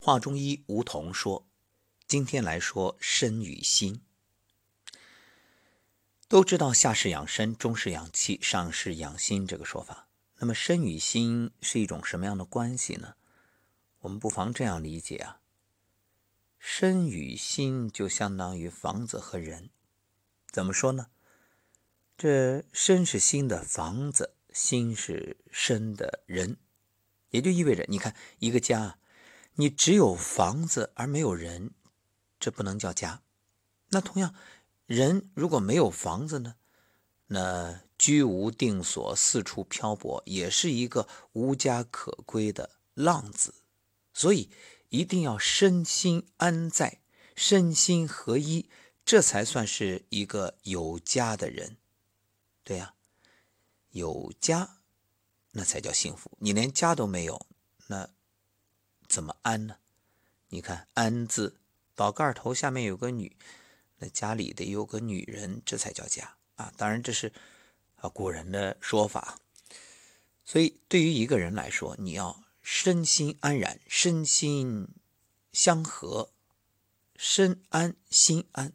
华中医吴桐说，今天来说身与心。都知道下士养身，中士养气，上士养心这个说法。那么身与心是一种什么样的关系呢？我们不妨这样理解啊，身与心就相当于房子和人。怎么说呢？这身是心的房子，心是身的人，也就意味着，你看一个家，你只有房子而没有人，这不能叫家。那同样，人如果没有房子呢，那居无定所，四处漂泊，也是一个无家可归的浪子。所以一定要身心安在，身心合一，这才算是一个有家的人。对呀，有家那才叫幸福。你连家都没有，那怎么安呢？你看安字宝盖头下面有个女，那家里得有个女人，这才叫家啊。当然这是古人的说法。所以对于一个人来说，你要身心安然，身心相合，身安心安。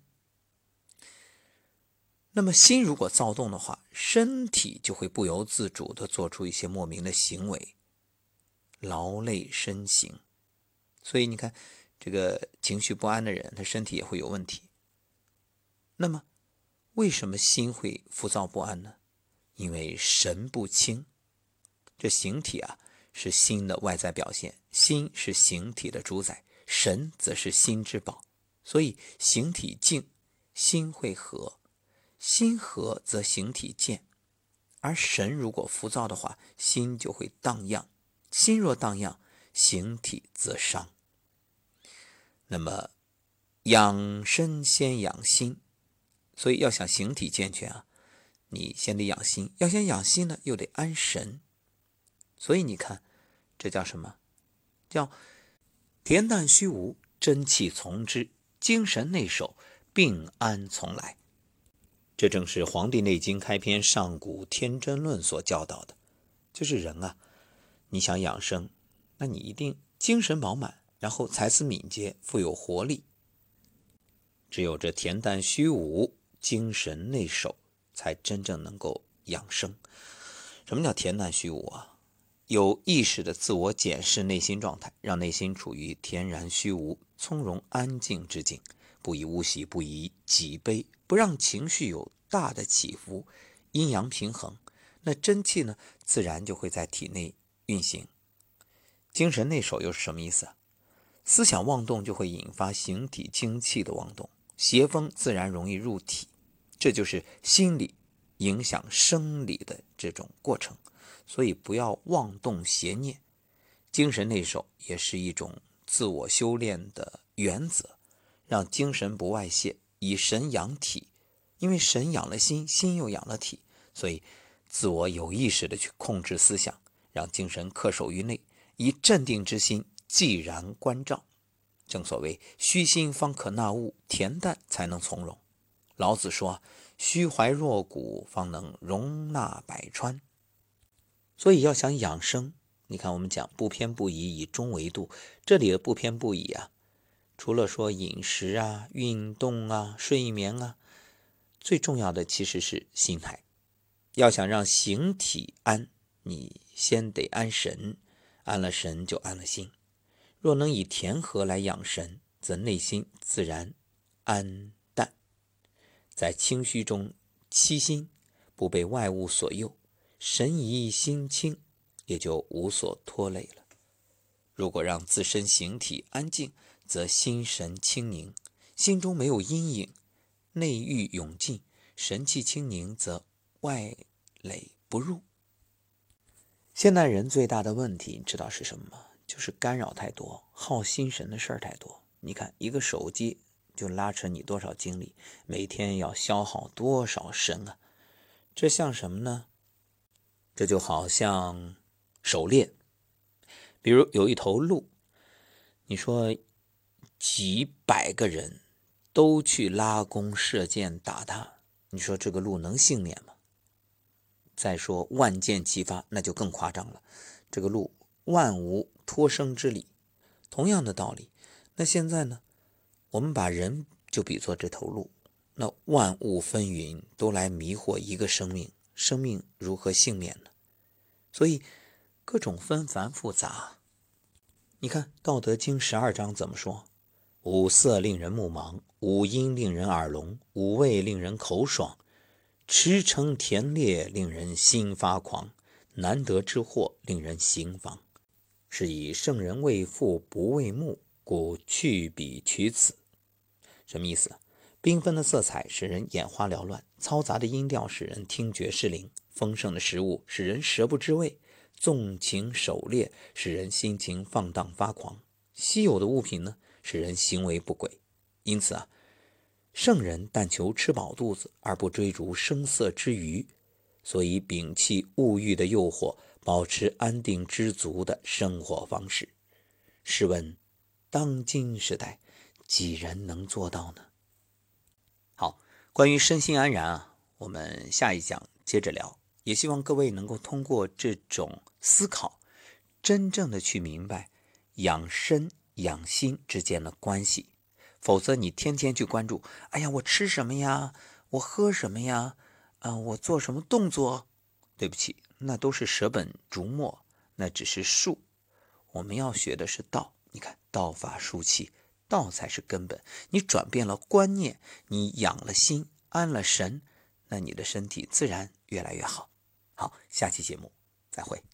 那么心如果躁动的话，身体就会不由自主地做出一些莫名的行为，劳累身形。所以你看，这个情绪不安的人，他身体也会有问题。那么为什么心会浮躁不安呢？因为神不清。这形体啊，是心的外在表现，心是形体的主宰，神则是心之宝。所以形体静，心会和，心和则形体健。而神如果浮躁的话，心就会荡漾，心若荡漾，形体则伤。那么养身先养心，所以要想形体健全啊，你先得养心，要想养心呢，又得安神。所以你看，这叫什么？叫恬淡虚无，真气从之，精神内守，病安从来。这正是《黄帝内经》开篇上古天真论所教导的。就是人啊，你想养生，那你一定精神饱满，然后才思敏捷，富有活力。只有这恬淡虚无，精神内守，才真正能够养生。什么叫恬淡虚无啊？有意识的自我检视内心状态，让内心处于恬然虚无、从容安静之境，不以物喜，不以己悲，不让情绪有大的起伏，阴阳平衡，那真气呢，自然就会在体内运行。精神内守又是什么意思啊？思想妄动就会引发形体精气的妄动，邪风自然容易入体，这就是心理影响生理的这种过程。所以不要妄动邪念，精神内守也是一种自我修炼的原则，让精神不外泄，以神养体。因为神养了心，心又养了体，所以自我有意识的去控制思想，让精神恪守于内，以镇定之心寂然观照。正所谓虚心方可纳物，恬淡才能从容。老子说，虚怀若谷，方能容纳百川。所以要想养生，你看我们讲不偏不倚，以中为度。这里的不偏不倚啊，除了说饮食啊、运动啊、睡眠啊，最重要的其实是心态。要想让形体安，你先得安神，安了神就安了心。若能以恬和来养神，则内心自然安淡，在清虚中栖心，不被外物所诱，神怡心清，也就无所拖累了。如果让自身形体安静，则心神清宁，心中没有阴影，内郁涌进，神气清宁，则外累不入。现代人最大的问题你知道是什么吗？就是干扰太多，耗心神的事儿太多。你看一个手机就拉扯你多少精力，每天要消耗多少神啊。这像什么呢？这就好像狩猎，比如有一头鹿，你说几百个人都去拉弓射箭打它，你说这个鹿能幸免吗？再说万箭齐发，那就更夸张了。这个鹿万无脱生之理， 同样的道理，那现在呢，我们把人就比作这头鹿，那万物纷纭都来迷惑一个生命，生命如何幸免呢？所以各种纷繁复杂。你看《道德经》12章怎么说？五色令人目盲，五音令人耳聋，五味令人口爽，驰骋田猎令人心发狂，难得之货令人行妨。是以圣人为父不为目，故去彼取此。什么意思？缤纷的色彩使人眼花缭乱，嘈杂的音调使人听觉失灵，丰盛的食物使人食不知味，纵情狩猎使人心情放荡发狂，稀有的物品呢，使人行为不轨。因此啊，圣人但求吃饱肚子，而不追逐声色之娱，所以摒弃物欲的诱惑，保持安定知足的生活方式。试问当今时代几人能做到呢？好，关于身心安然啊，我们下一讲接着聊。也希望各位能够通过这种思考，真正的去明白养身养心之间的关系。否则你天天去关注，哎呀，我吃什么呀，我喝什么呀，我做什么动作，对不起，那都是舍本逐末，那只是术。我们要学的是道。你看，道法术器，道才是根本。你转变了观念，你养了心，安了神，那你的身体自然越来越好。好，下期节目再会。